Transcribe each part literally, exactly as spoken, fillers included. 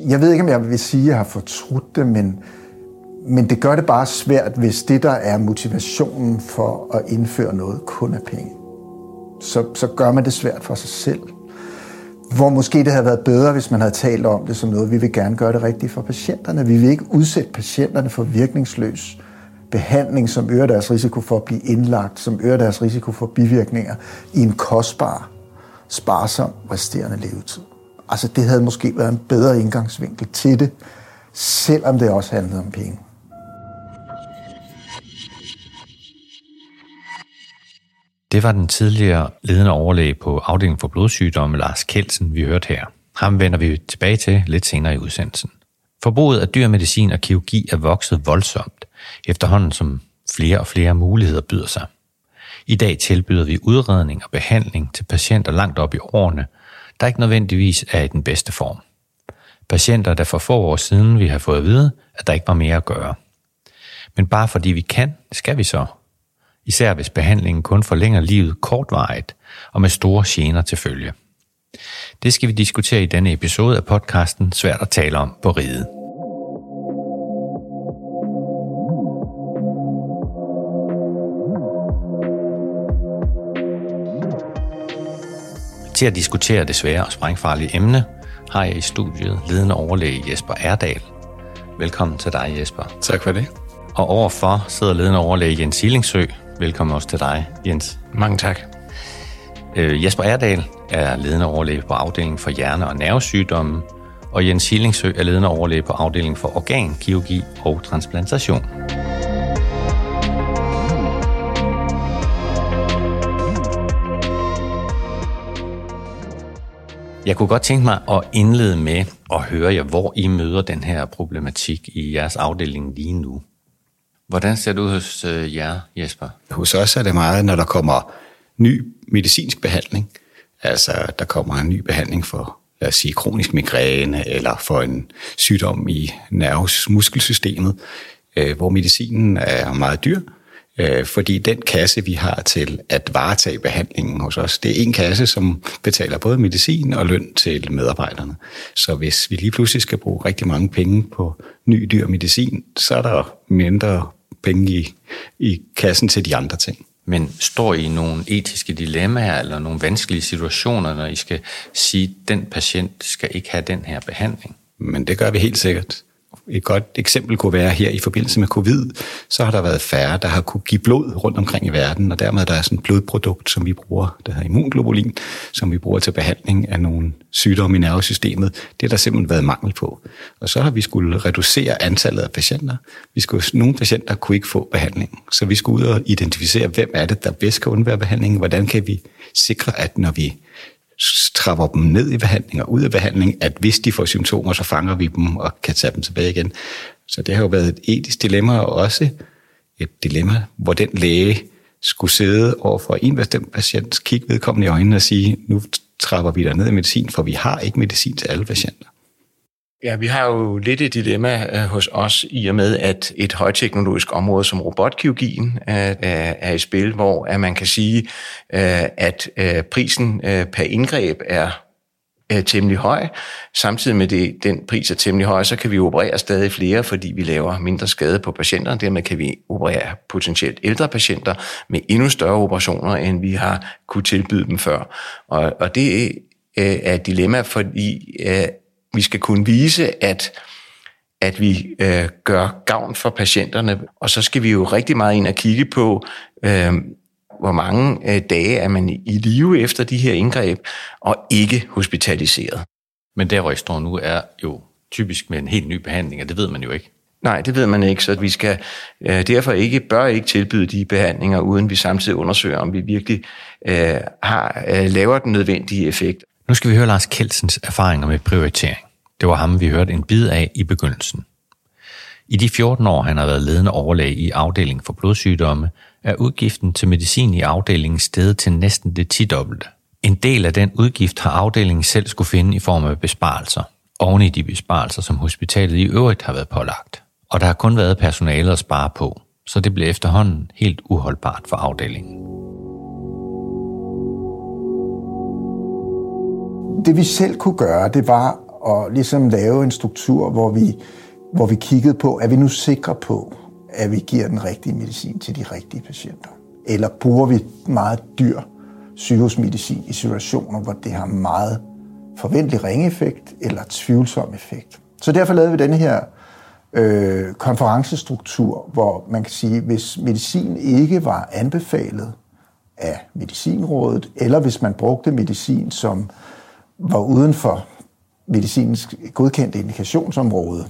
jeg ved ikke, om jeg vil sige, at jeg har fortrudt det, men, men det gør det bare svært, hvis det, der er motivationen for at indføre noget, kun er penge. Så, så gør man det svært for sig selv. Hvor måske det havde været bedre, hvis man havde talt om det som noget, vi vil gerne gøre det rigtigt for patienterne. Vi vil ikke udsætte patienterne for virkningsløs behandling, som øger deres risiko for at blive indlagt, som øger deres risiko for bivirkninger i en kostbar, sparsom resterende levetid. Altså det havde måske været en bedre indgangsvinkel til det, selvom det også handlede om penge. Det var den tidligere ledende overlæge på afdelingen for blodsygdomme, Lars Kjeldsen, vi hørte her. Ham vender vi tilbage til lidt senere i udsendelsen. Forbruget af dyrmedicin og kirurgi er vokset voldsomt, efterhånden som flere og flere muligheder byder sig. I dag tilbyder vi udredning og behandling til patienter langt op i årene, der ikke nødvendigvis er i den bedste form. Patienter, der for få år siden vi har fået at vide, at der ikke var mere at gøre. Men bare fordi vi kan, skal vi så. Især hvis behandlingen kun forlænger livet kortvarigt og med store gener til følge. Det skal vi diskutere i denne episode af podcasten Svært at tale om på Riget. Til at diskutere det svære og sprængfarlige emne, har jeg i studiet ledende overlæge Jesper Erdal. Velkommen til dig, Jesper. Tak for det. Og overfor sidder ledende overlæge Jens Hillingsø. Velkommen også til dig, Jens. Mange tak. Øh, Jesper Erdal er ledende overlæge på afdelingen for hjerne- og nervesygdomme, og Jens Hillingsø er ledende overlæge på afdelingen for organkirurgi og transplantation. Jeg kunne godt tænke mig at indlede med at høre jer, hvor I møder den her problematik i jeres afdeling lige nu. Hvordan ser det ud hos jer, Jesper? Hos os er det meget, når der kommer ny medicinsk behandling. Altså, der kommer en ny behandling for, lad os sige, kronisk migræne, eller for en sygdom i nervmuskelsystemet, hvor medicinen er meget dyr. Fordi den kasse, vi har til at varetage behandlingen hos os, det er en kasse, som betaler både medicin og løn til medarbejderne. Så hvis vi lige pludselig skal bruge rigtig mange penge på ny dyr medicin, så er der mindre penge i, i kassen til de andre ting. Men står I nogle etiske dilemmaer eller nogle vanskelige situationer, når I skal sige, at den patient skal ikke have den her behandling? Men det gør vi helt sikkert. Et godt eksempel kunne være her i forbindelse med covid, så har der været færre, der har kunne give blod rundt omkring i verden, og dermed der er sådan et blodprodukt, som vi bruger, der hedder immunglobulin, som vi bruger til behandling af nogle sygdomme i nervesystemet. Det har der simpelthen været mangel på. Og så har vi skulle reducere antallet af patienter. Vi skulle, nogle patienter kunne ikke få behandling, så vi skulle ud og identificere, hvem er det, der bedst kan undvære behandlingen. Hvordan kan vi sikre, at når vi trapper dem ned i behandling og ud af behandling, at hvis de får symptomer, så fanger vi dem og kan tage dem tilbage igen. Så det har jo været et etisk dilemma, og også et dilemma, hvor den læge skulle sidde over for en bestemt patient, kigge vedkommende i øjnene og sige, nu trapper vi der ned i medicin, for vi har ikke medicin til alle patienter. Ja, vi har jo lidt et dilemma hos os i og med, at et højteknologisk område som robotkirurgien er i spil, hvor at man kan sige, at prisen per indgreb er temmelig høj. Samtidig med det, den pris er temmelig høj, så kan vi operere stadig flere, fordi vi laver mindre skade på patienterne. Dermed kan vi operere potentielt ældre patienter med endnu større operationer, end vi har kunne tilbyde dem før. Og, og det er et dilemma, fordi vi skal kunne vise, at, at vi øh, gør gavn for patienterne, og så skal vi jo rigtig meget ind og kigge på, øh, hvor mange øh, dage er man i live efter de her indgreb, og ikke hospitaliseret. Men der, hvor I står nu, er jo typisk med en helt ny behandling, og det ved man jo ikke. Nej, det ved man ikke, så vi skal øh, derfor ikke, bør ikke tilbyde de behandlinger, uden vi samtidig undersøger, om vi virkelig øh, har øh, laver den nødvendige effekt. Nu skal vi høre Lars Kjeldsens erfaringer med prioritering. Det var ham, vi hørte en bid af i begyndelsen. I de fjorten år, han har været ledende overlæge i afdelingen for blodsygdomme, er udgiften til medicin i afdelingen steget til næsten det tidobbelte. En del af den udgift har afdelingen selv skulle finde i form af besparelser, oven i de besparelser, som hospitalet i øvrigt har været pålagt. Og der har kun været personalet at spare på, så det blev efterhånden helt uholdbart for afdelingen. Det vi selv kunne gøre, det var at ligesom lave en struktur, hvor vi, hvor vi kiggede på, er vi nu sikre på, at vi giver den rigtige medicin til de rigtige patienter? Eller bruger vi meget dyr sygehusmedicin i situationer, hvor det har meget forventelig ringe effekt eller tvivlsom effekt? Så derfor lavede vi denne her øh, konferencestruktur, hvor man kan sige, hvis medicin ikke var anbefalet af Medicinrådet, eller hvis man brugte medicin, som var uden for medicinens godkendte indikationsområde,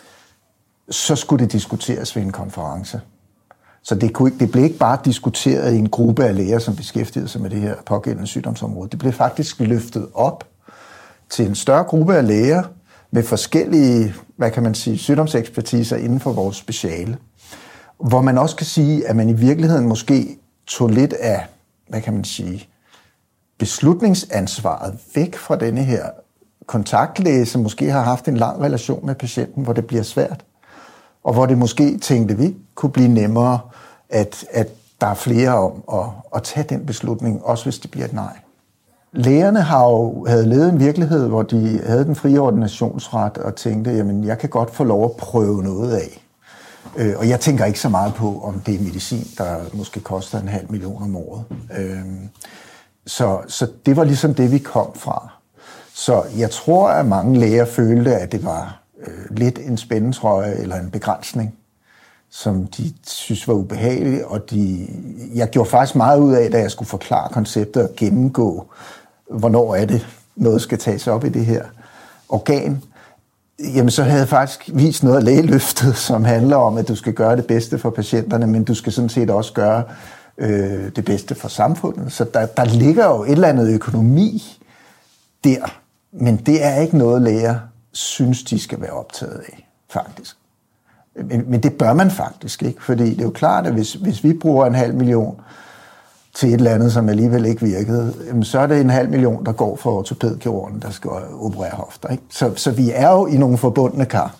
så skulle det diskuteres ved en konference. Så det, kunne ikke, det blev ikke bare diskuteret i en gruppe af læger, som beskæftigede sig med det her pågældende sygdomsområde. Det blev faktisk løftet op til en større gruppe af læger med forskellige, hvad kan man sige, sygdomsekspertiser inden for vores speciale. Hvor man også kan sige, at man i virkeligheden måske tog lidt af, hvad kan man sige, beslutningsansvaret væk fra denne her kontaktlæge, som måske har haft en lang relation med patienten, hvor det bliver svært. Og hvor det måske, tænkte vi, kunne blive nemmere, at, at der er flere om at, at tage den beslutning, også hvis det bliver et nej. Lægerne har jo, havde levet en virkelighed, hvor de havde den frie ordinationsret og tænkte, jamen jeg kan godt få lov at prøve noget af. Øh, og jeg tænker ikke så meget på, om det er medicin, der måske koster en halv million om året. Øh, så, så det var ligesom det, vi kom fra. Så jeg tror, at mange læger følte, at det var øh, lidt en spændetrøje eller en begrænsning, som de synes var ubehagelig, og de, jeg gjorde faktisk meget ud af, da jeg skulle forklare konceptet og gennemgå, hvornår er det, noget skal tages op i det her organ. Jamen, så havde jeg faktisk vist noget af lægeløftet, som handler om, at du skal gøre det bedste for patienterne, men du skal sådan set også gøre øh, det bedste for samfundet. Så der, der ligger jo et eller andet økonomi der, men det er ikke noget, læger synes, de skal være optaget af, faktisk. Men, men det bør man faktisk ikke, fordi det er jo klart, at hvis, hvis vi bruger en halv million til et eller andet, som alligevel ikke virkede, så er det en halv million, der går for ortopædkirurgen, der skal operere hofter. Ikke? Så, så vi er jo i nogle forbundne kar.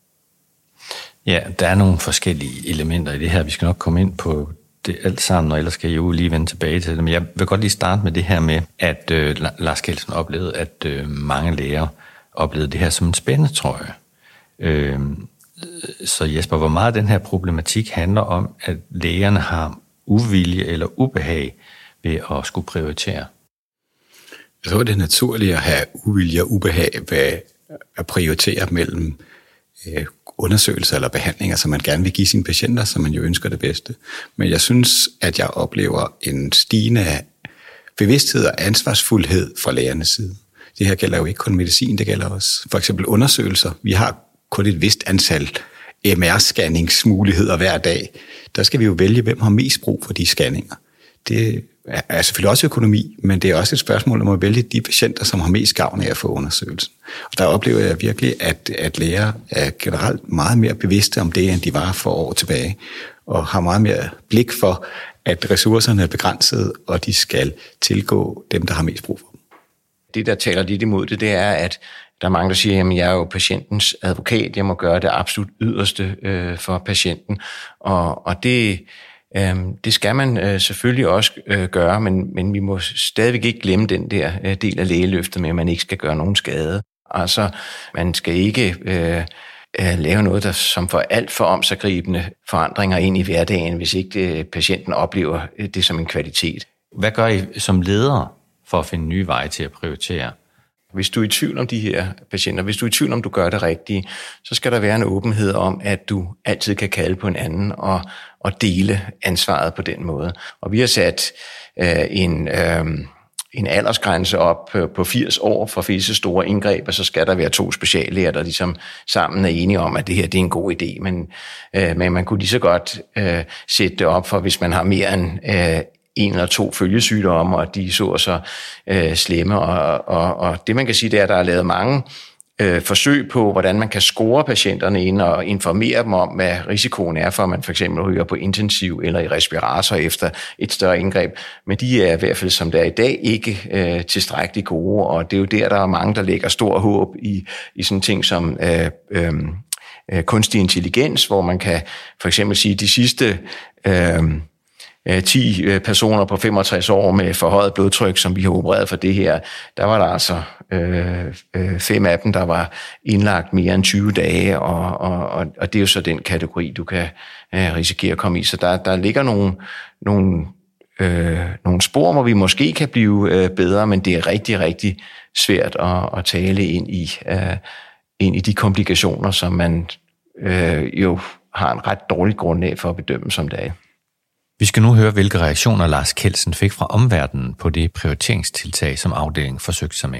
Ja, der er nogle forskellige elementer i det her. Vi skal nok komme ind på det alt sammen, og ellers skal jeg jo lige vende tilbage til det. Men jeg vil godt lige starte med det her med, at øh, Lars Kjeldsen oplevede, at øh, mange læger oplevede det her som en spændetrøje. Øh, så Jesper, hvor meget den her problematik handler om, at lægerne har uvilje eller ubehag ved at skulle prioritere? Jeg tror, det er naturligt at have uvilje og ubehag ved at prioritere mellem øh, undersøgelser eller behandlinger, som man gerne vil give sine patienter, som man jo ønsker det bedste. Men jeg synes, at jeg oplever en stigende bevidsthed og ansvarsfuldhed fra lægernes side. Det her gælder jo ikke kun medicin, det gælder også for eksempel undersøgelser. Vi har kun et vist antal M R-scanningsmuligheder hver dag. Der skal vi jo vælge, hvem har mest brug for de scanninger. Det er selvfølgelig også økonomi, men det er også et spørgsmål om at vælge de patienter, som har mest gavn af at få undersøgelsen. Og der oplever jeg virkelig, at, at læger er generelt meget mere bevidste om det, end de var for år tilbage, og har meget mere blik for, at ressourcerne er begrænsede, og de skal tilgå dem, der har mest brug for dem. Det, der taler lidt imod det, det er, at der er mange, der siger, at jeg er jo patientens advokat, jeg må gøre det absolut yderste øh, for patienten, og, og det, øh, det skal man øh, selvfølgelig også øh, gøre, men, men vi må stadigvæk ikke glemme den der øh, del af lægeløftet med, at man ikke skal gøre nogen skade. Altså, man skal ikke øh, øh, lave noget, der som får alt for omsiggribende forandringer ind i hverdagen, hvis ikke det, patienten oplever det som en kvalitet. Hvad gør I som ledere for at finde nye veje til at prioritere? Hvis du er i tvivl om de her patienter, hvis du er i tvivl om, du gør det rigtige, så skal der være en åbenhed om, at du altid kan kalde på en anden og, og dele ansvaret på den måde. Og vi har sat øh, en, øh, en aldersgrænse op på firs år for visse store indgreb, og så skal der være to speciallæger, der ligesom sammen er enige om, at det her det er en god idé. Men, øh, men man kunne lige så godt øh, sætte det op for, hvis man har mere end øh, en eller to følgesygdomme, og de så så øh, slemme. Og, og, og det man kan sige, det er, at der er lavet mange øh, forsøg på, hvordan man kan score patienterne ind og informere dem om, hvad risikoen er for, at man for eksempel ryger på intensiv eller i respirator efter et større indgreb. Men de er i hvert fald, som det er i dag, ikke øh, tilstrækkeligt gode, og det er jo der, der er mange, der lægger stor håb i, i sådan ting som øh, øh, øh, kunstig intelligens, hvor man kan for eksempel sige, de sidste... Øh, ti personer på femogtres år med forhøjet blodtryk, som vi har opereret for det her, der var der altså øh, øh, fem af dem, der var indlagt mere end tyve dage, og, og, og det er jo så den kategori, du kan øh, risikere at komme i. Så der, der ligger nogle, nogle, øh, nogle spor, hvor vi måske kan blive øh, bedre, men det er rigtig, rigtig svært at, at tale ind i, øh, ind i de komplikationer, som man øh, jo har en ret dårlig grundlag for at bedømme som det er. Vi skal nu høre, hvilke reaktioner Lars Kjeldsen fik fra omverdenen på det prioriteringstiltag, som afdelingen forsøgte sig med.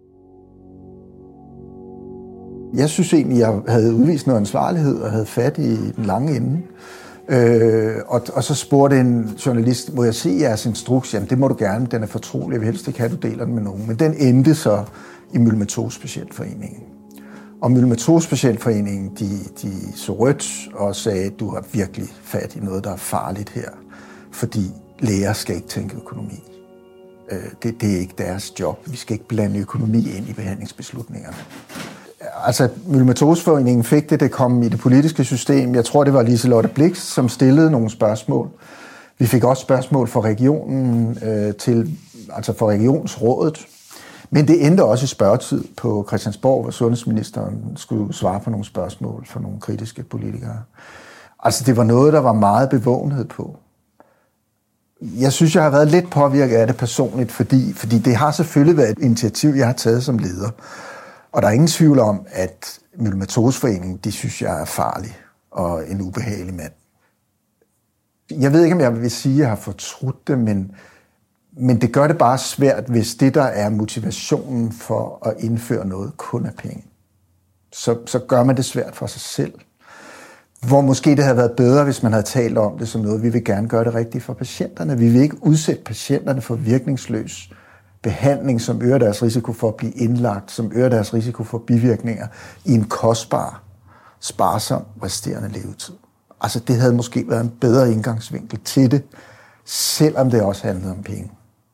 Jeg synes egentlig, jeg havde udvist noget ansvarlighed og havde fat i den lange ende. Øh, og, og så spurgte en journalist, må jeg se jeres instruks? Jamen det må du gerne, den er fortrolig, jeg vil helst ikke have, du deler den med nogen. Men den endte så i Myelomatose-patientforeningen. Og Myelomatose-patientforeningen, de, de så rødt og sagde, du har virkelig fat i noget, der er farligt her. Fordi læger skal ikke tænke økonomi. Øh, det, det er ikke deres job. Vi skal ikke blande økonomi ind i behandlingsbeslutningerne. Altså, Myelomatose-foreningen fik det, det kom i det politiske system. Jeg tror, det var Liselotte Blix, som stillede nogle spørgsmål. Vi fik også spørgsmål fra regionen, øh, til, altså fra regionsrådet. Men det endte også i spørgetid på Christiansborg, hvor sundhedsministeren skulle svare på nogle spørgsmål fra nogle kritiske politikere. Altså, det var noget, der var meget bevågenhed på. Jeg synes, jeg har været lidt påvirket af det personligt, fordi, fordi det har selvfølgelig været et initiativ, jeg har taget som leder. Og der er ingen tvivl om, at Myelomatose-foreningen, de synes, jeg er farlig og en ubehagelig mand. Jeg ved ikke, om jeg vil sige, at jeg har fortrudt det, men, men det gør det bare svært, hvis det, der er motivationen for at indføre noget, kun er penge. Så, så gør man det svært for sig selv. Hvor måske det havde været bedre, hvis man havde talt om det som noget, vi vil gerne gøre det rigtigt for patienterne. Vi vil ikke udsætte patienterne for virkningsløs behandling, som øger deres risiko for at blive indlagt, som øger deres risiko for bivirkninger i en kostbar, sparsom resterende levetid. Altså det havde måske været en bedre indgangsvinkel til det, selvom det også handlede om penge.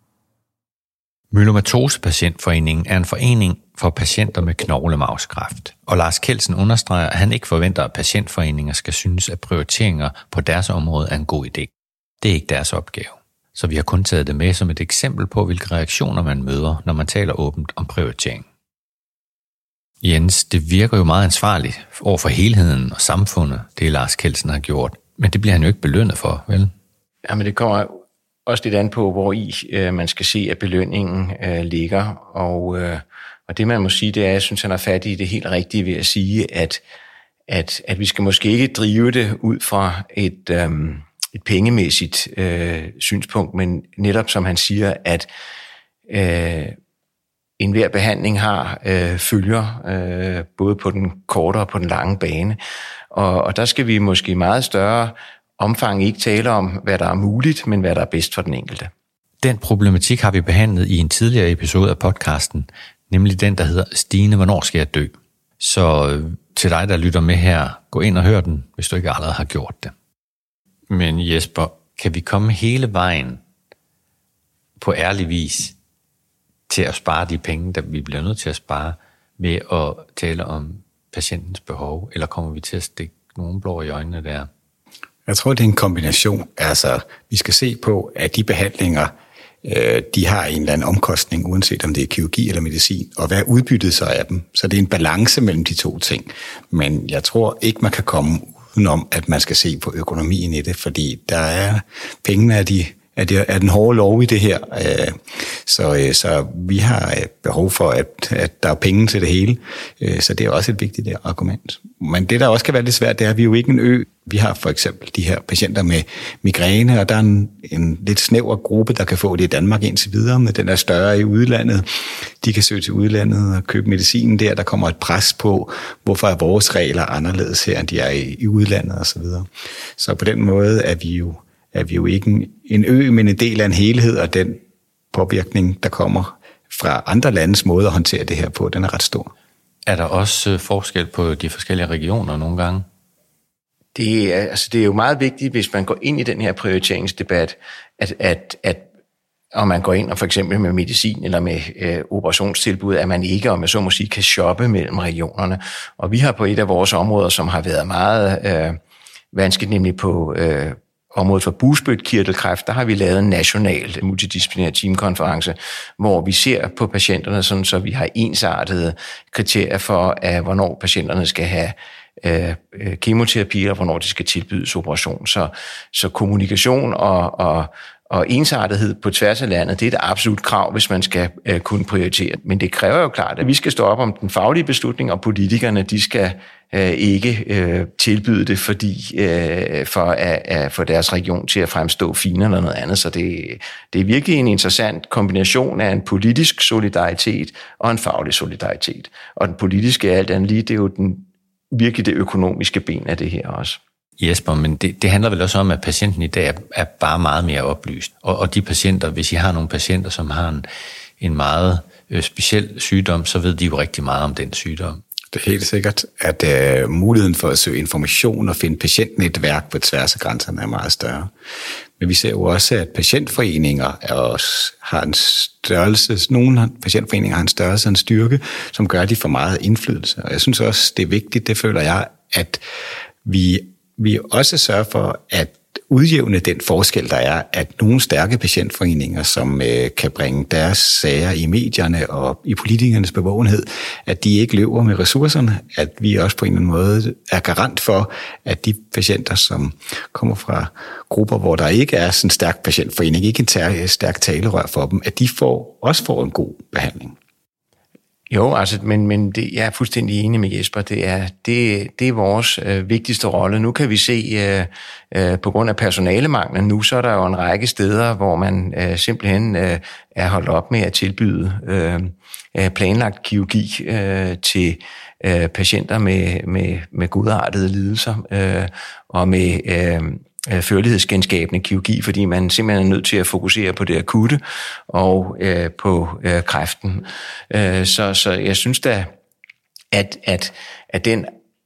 Myelomatose-patientforeningen er en forening for patienter med knoglemarvskræft, og Lars Kjeldsen understreger, at han ikke forventer, at patientforeninger skal synes, at prioriteringer på deres område er en god idé. Det er ikke deres opgave. Så vi har kun taget det med som et eksempel på, hvilke reaktioner man møder, når man taler åbent om prioritering. Jens, det virker jo meget ansvarligt over for helheden og samfundet, det Lars Kjeldsen har gjort, men det bliver han jo ikke belønnet for, vel? Jamen det kommer også lidt an på, hvor i øh, man skal se, at belønningen øh, ligger, og, øh, og det man må sige, det er, at jeg synes, han er fat i det helt rigtige ved at sige, at, at, at vi skal måske ikke drive det ud fra et... Øh, et pengemæssigt øh, synspunkt, men netop som han siger, at øh, enhver behandling har øh, følger, øh, både på den korte og på den lange bane. Og, og der skal vi måske i meget større omfang ikke tale om, hvad der er muligt, men hvad der er bedst for den enkelte. Den problematik har vi behandlet i en tidligere episode af podcasten, nemlig den, der hedder Stine, hvornår skal jeg dø? Så til dig, der lytter med her, gå ind og hør den, hvis du ikke allerede har gjort det. Men Jesper, kan vi komme hele vejen på ærlig vis til at spare de penge, der vi bliver nødt til at spare, ved at tale om patientens behov, eller kommer vi til at stikke nogle blå i øjnene der? Jeg tror, det er en kombination. Altså, vi skal se på, at de behandlinger, øh, de har en eller anden omkostning, uanset om det er kirurgi eller medicin, og hvad er udbyttet så af dem? Så det er en balance mellem de to ting. Men jeg tror ikke, man kan komme udenom, at man skal se på økonomien i det, fordi der er pengene af de er, det, er den hårde lov i det her. Så, så vi har behov for, at, at der er penge til det hele. Så det er også et vigtigt argument. Men det, der også kan være lidt svært, det er, at vi er jo ikke en ø. Vi har for eksempel de her patienter med migræne, og der er en, en lidt snæver gruppe, der kan få det i Danmark indtil videre, men den er større i udlandet. De kan søge til udlandet og købe medicinen der. Der kommer et pres på, hvorfor er vores regler anderledes her, end de er i, i udlandet osv. Så, så på den måde er vi jo er vi jo ikke en, en ø, men en del af en helhed, og den påvirkning, der kommer fra andre landes måde at håndtere det her på, den er ret stor. Er der også forskel på de forskellige regioner nogle gange? Det er, altså det er jo meget vigtigt, hvis man går ind i den her prioriteringsdebat, at, at, at og man går ind og for eksempel med medicin eller med øh, operationstilbud, at man ikke, om jeg så må sige, kan shoppe mellem regionerne. Og vi har på et af vores områder, som har været meget øh, vanskeligt, nemlig på øh, området for bugspytkirtelkræft, der har vi lavet en national multidisciplinær teamkonference, hvor vi ser på patienterne, sådan, så vi har ensartede kriterier for, at, hvornår patienterne skal have øh, kemoterapi, og hvornår de skal tilbydes operation. Så, så kommunikation og, og, og ensartethed på tværs af landet, det er et absolut krav, hvis man skal øh, kunne prioritere. Men det kræver jo klart, at vi skal stå op om den faglige beslutning, og politikerne, de skal øh, ikke øh, tilbyde det, fordi øh, for at, at få deres region til at fremstå finere eller noget andet. Så det, det er virkelig en interessant kombination af en politisk solidaritet og en faglig solidaritet. Og den politiske alt andet lige, det er jo den, virkelig det økonomiske ben af det her også. Jesper, men det, det handler vel også om, at patienten i dag er, er bare meget mere oplyst. Og, og de patienter, hvis I har nogle patienter, som har en, en meget øh, speciel sygdom, så ved de jo rigtig meget om den sygdom. Det er helt sikkert, at øh, muligheden for at søge information og finde patientnetværk på tværs af grænserne er meget større. Men vi ser jo også, at patientforeninger er også, har en størrelse, nogle patientforeninger har en størrelse og en styrke, som gør, at de får meget indflydelse. Og jeg synes også, det er vigtigt, det føler jeg, at vi vi også sørger for at udjævne den forskel, der er, at nogle stærke patientforeninger, som øh, kan bringe deres sager i medierne og i politikernes bevågenhed, at de ikke løber med ressourcerne, at vi også på en eller anden måde er garant for, at de patienter, som kommer fra grupper, hvor der ikke er sådan en stærk patientforening, ikke en stærk talerør for dem, at de får, også får en god behandling. Jo, altså, men, men det, jeg er fuldstændig enig med Jesper. Det er, det, det er vores øh, vigtigste rolle. Nu kan vi se, øh, øh, på grund af personalemanglen nu, så er der jo en række steder, hvor man øh, simpelthen øh, er holdt op med at tilbyde øh, planlagt kirurgi øh, til øh, patienter med, med, med godartede lidelser øh, og med øh, førlighedsgenskabende kirurgi, fordi man simpelthen er nødt til at fokusere på det akutte og øh, på øh, kræften. Øh, så, så jeg synes da, at, at, at den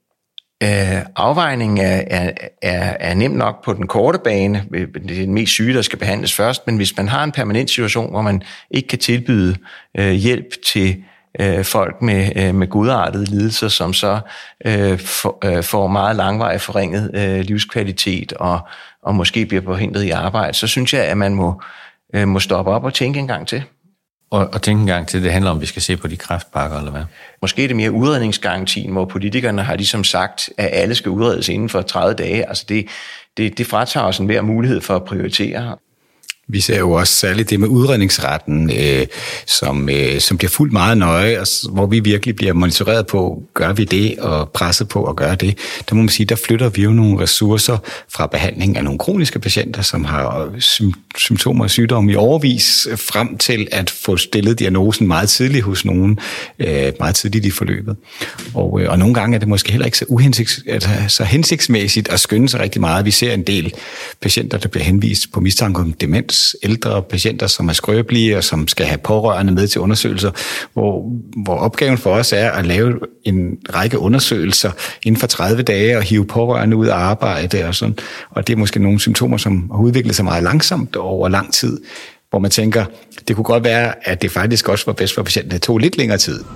øh, afvejning er, er, er, er nem nok på den korte bane. Det er den mest syge, der skal behandles først, men hvis man har en permanent situation, hvor man ikke kan tilbyde øh, hjælp til folk med, med godartede lidelser, som så øh, for, øh, får meget langvarig forringet øh, livskvalitet og, og måske bliver forhindret i arbejde, så synes jeg, at man må, øh, må stoppe op og tænke en gang til. Og, og tænke en gang til, det handler om, at vi skal se på de kræftpakker, eller hvad? Måske er det mere udredningsgarantien, hvor politikerne har ligesom sagt, at alle skal udredes inden for tredive dage. Altså det, det, det fratager os en hver mulighed for at prioritere. Vi ser jo også særligt det med udredningsretten, øh, som, øh, som bliver fuldt meget nøje, og hvor vi virkelig bliver monitoreret på, gør vi det, og presset på at gøre det. Der må man sige, der flytter vi jo nogle ressourcer fra behandling af nogle kroniske patienter, som har symptomer og sygdomme i overvis, frem til at få stillet diagnosen meget tidligt hos nogen, øh, meget tidligt i forløbet. Og, øh, og nogle gange er det måske heller ikke så, uhensigts, altså, så hensigtsmæssigt at skynde sig rigtig meget. Vi ser en del patienter, der bliver henvist på mistanke om demens, ældre patienter, som er skrøbelige og som skal have pårørende med til undersøgelser, hvor, hvor opgaven for os er at lave en række undersøgelser inden for tredive dage og hive pårørende ud af arbejde og sådan. Og det er måske nogle symptomer, som har udviklet sig meget langsomt over lang tid, hvor man tænker, det kunne godt være, at det faktisk også var bedst for patienten, det tog lidt længere tid.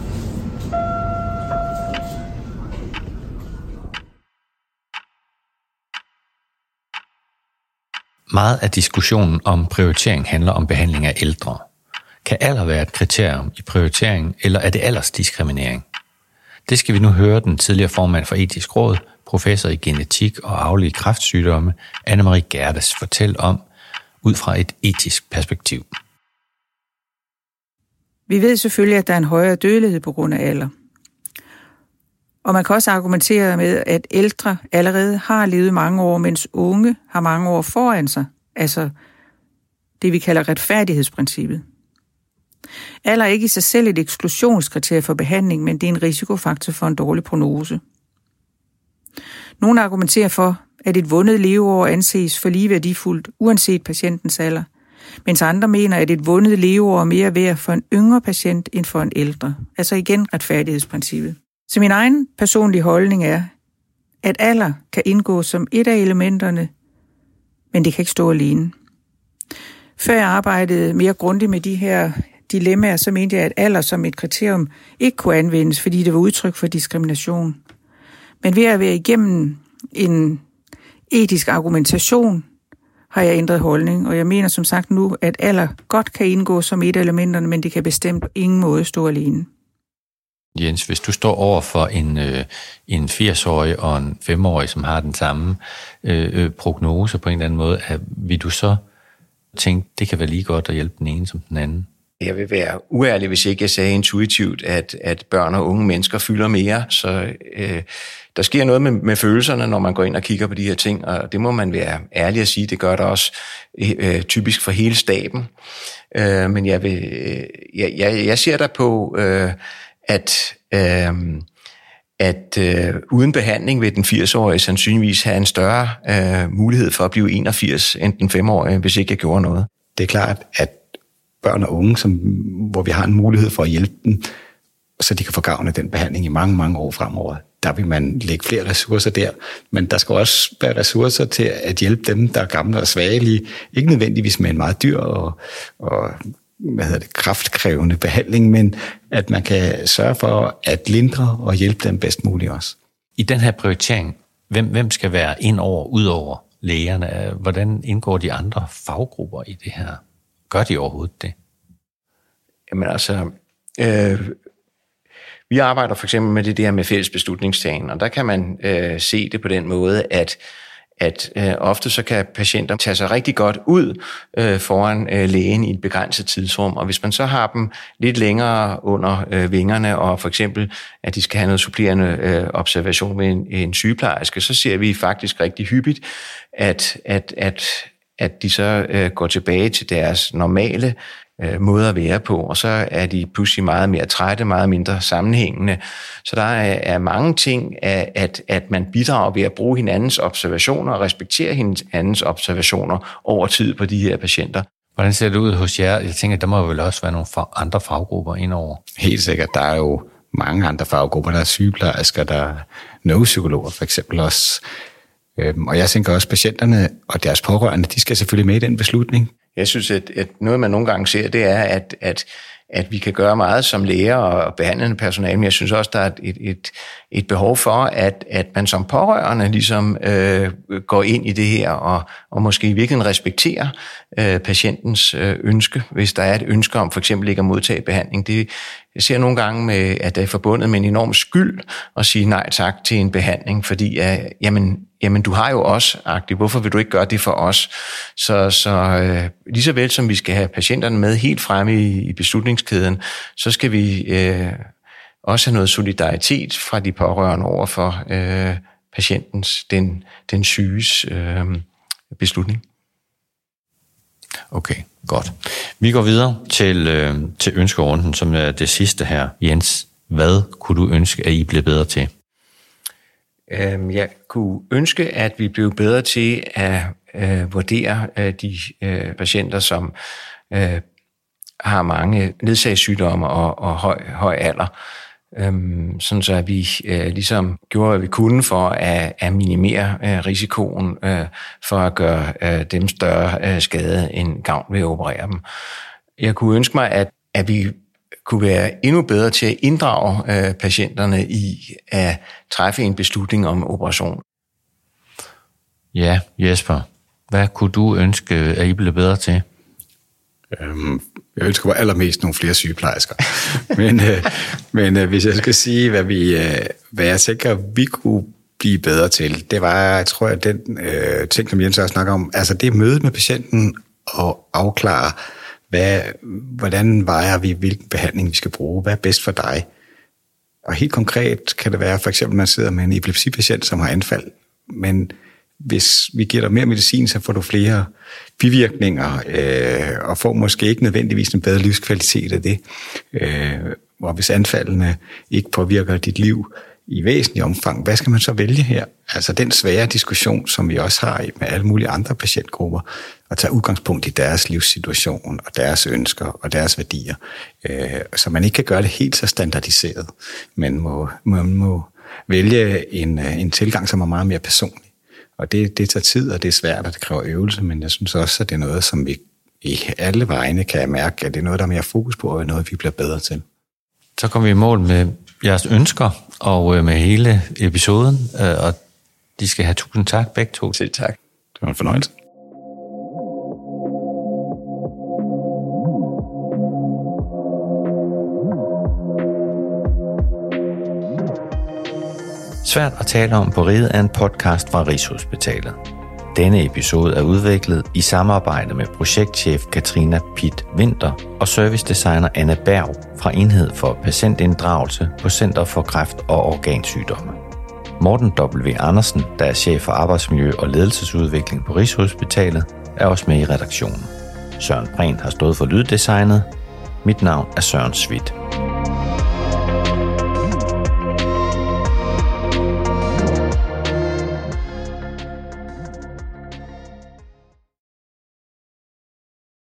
Meget af diskussionen om prioritering handler om behandling af ældre. Kan alder være et kriterium i prioritering, eller er det aldersdiskriminering? Det skal vi nu høre den tidligere formand for Etisk Råd, professor i genetik og arvelige kræftsygdomme, Anne-Marie Gerdes, fortælle om, ud fra et etisk perspektiv. Vi ved selvfølgelig, at der er en højere dødelighed på grund af alder. Og man kan også argumentere med, at ældre allerede har levet mange år, mens unge har mange år foran sig. Altså det, vi kalder retfærdighedsprincippet. Alder er ikke i sig selv et eksklusionskriterie for behandling, men det er en risikofaktor for en dårlig prognose. Nogle argumenterer for, at et vundet leveår anses for lige værdifuldt, uanset patientens alder, mens andre mener, at et vundet leveår er mere værd for en yngre patient end for en ældre. Altså igen retfærdighedsprincippet. Så min egen personlige holdning er, at alder kan indgå som et af elementerne, men det kan ikke stå alene. Før jeg arbejdede mere grundigt med de her dilemmaer, så mente jeg, at alder som et kriterium ikke kunne anvendes, fordi det var udtryk for diskrimination. Men ved at være igennem en etisk argumentation, har jeg ændret holdning, og jeg mener som sagt nu, at alder godt kan indgå som et af elementerne, men det kan bestemt på ingen måde stå alene. Jens, hvis du står over for en, øh, en firs-årig og en fem-årig, som har den samme øh, prognose på en eller anden måde, at, vil du så tænke, det kan være lige godt at hjælpe den ene som den anden? Jeg vil være uærlig, hvis ikke jeg sagde intuitivt, at, at børn og unge mennesker fylder mere, så øh, der sker noget med, med følelserne, når man går ind og kigger på de her ting, og det må man være ærlig at sige, det gør det også øh, typisk for hele staben. Øh, men jeg, vil, øh, jeg, jeg, jeg ser der på, øh, at, øh, at øh, uden behandling vil den firs-årige sandsynligvis have en større øh, mulighed for at blive enogfirs end den fem-årige, hvis ikke jeg gjorde noget. Det er klart, at børn og unge, som, hvor vi har en mulighed for at hjælpe dem, så de kan få gavn af den behandling i mange, mange år fremover. Der vil man lægge flere ressourcer der, men der skal også være ressourcer til at hjælpe dem, der er gamle og svagelige, ikke nødvendigvis med en meget dyr og, og hvad hedder det, kraftkrævende behandling, men at man kan sørge for at lindre og hjælpe dem bedst muligt også. I den her prioritering, hvem, hvem skal være ind over, ud over lægerne? Hvordan indgår de andre faggrupper i det her? Gør de overhovedet det? Jamen altså, øh, vi arbejder for eksempel med det der med fælles beslutningstagen, og der kan man øh, se det på den måde, at at øh, ofte så kan patienter tage sig rigtig godt ud øh, foran øh, lægen i et begrænset tidsrum, og hvis man så har dem lidt længere under øh, vingerne, og for eksempel, at de skal have noget supplerende øh, observation med en, en sygeplejerske, så ser vi faktisk rigtig hyppigt, at, at, at, at de så øh, går tilbage til deres normale øh, måde at være på, og så er de pludselig meget mere trætte, meget mindre sammenhængende. Så der er, er mange ting, af, at, at man bidrager ved at bruge hinandens observationer og respektere hinandens observationer over tid på de her patienter. Hvordan ser det ud hos jer? Jeg tænker, der må vel også være nogle andre faggrupper indover. Helt sikkert. Der er jo mange andre faggrupper. Der er sygeplejersker, der er neuropsykologer for eksempel også. Og jeg tænker også, at patienterne og deres pårørende, de skal selvfølgelig med i den beslutning. Jeg synes, at, at noget, man nogle gange ser, det er, at, at, at vi kan gøre meget som læger og behandlende personale, men jeg synes også, der er et, et, et behov for, at, at man som pårørende ligesom øh, går ind i det her og, og måske i virkeligheden respekterer øh, patientens øh, ønske, hvis der er et ønske om for eksempel ikke at modtage behandling. Det, jeg ser nogle gange, med, at det er forbundet med en enorm skyld at sige nej tak til en behandling, fordi at, jamen, jamen du har jo også agtigt, hvorfor vil du ikke gøre det for os? Så, så øh, lige så vel som vi skal have patienterne med helt fremme i, i beslutningskæden, så skal vi øh, også have noget solidaritet fra de pårørende over for øh, patientens, den, den syges øh, beslutning. Okay, godt. Vi går videre til, øh, til ønskerunden, som er det sidste her. Jens, hvad kunne du ønske, at I blev bedre til? Jeg kunne ønske, at vi blev bedre til at øh, vurdere øh, de øh, patienter, som øh, har mange ledsagssygdomme og, og høj, høj alder. Øhm, sådan så at vi øh, ligesom gjorde, hvad vi kunne for at, at minimere øh, risikoen øh, for at gøre øh, dem større øh, skade end gavn ved at operere dem. Jeg kunne ønske mig, at, at vi kunne være endnu bedre til at inddrage øh, patienterne i at træffe en beslutning om operation. Ja, Jesper, hvad kunne du ønske, at I blev bedre til? Øhm, jeg ønsker mig allermest nogle flere sygeplejersker. men øh, men øh, hvis jeg skal sige, hvad, vi, øh, hvad jeg tænker, vi kunne blive bedre til, det var, jeg tror, at den øh, ting, som Jens også snakker om, altså det møde med patienten og afklare, hvad, hvordan vejer vi, hvilken behandling vi skal bruge, hvad er bedst for dig. Og helt konkret kan det være, for eksempel, man sidder med en epilepsipatient, som har anfald, men hvis vi giver dig mere medicin, så får du flere bivirkninger, øh, og får måske ikke nødvendigvis en bedre livskvalitet af det. Øh, og hvis anfaldene ikke påvirker dit liv i væsentlig omfang, hvad skal man så vælge her? Altså den svære diskussion, som vi også har med alle mulige andre patientgrupper, at tage udgangspunkt i deres livssituation og deres ønsker og deres værdier, øh, så man ikke kan gøre det helt så standardiseret, men må, man må vælge en, en tilgang, som er meget mere personlig. Og det, det tager tid, og det er svært, og det kræver øvelse, men jeg synes også, at det er noget, som vi i alle vegne kan mærke, at det er noget, der er mere fokus på, og noget, vi bliver bedre til. Så kommer vi i mål med jeres ønsker, og med hele episoden, og de skal have tusind tak begge to. Selv tak. Det var en fornøjelse. Svært at tale om på Riget er en podcast fra Rigshospitalet. Denne episode er udviklet i samarbejde med projektchef Katrina Pitt Winter og servicedesigner Anne Berg fra Enhed for Patientinddragelse på Center for Kræft og Organsygdomme. Morten W. Andersen, der er chef for arbejdsmiljø og ledelsesudvikling på Rigshospitalet, er også med i redaktionen. Søren Prehn har stået for lyddesignet. Mit navn er Søren Svit.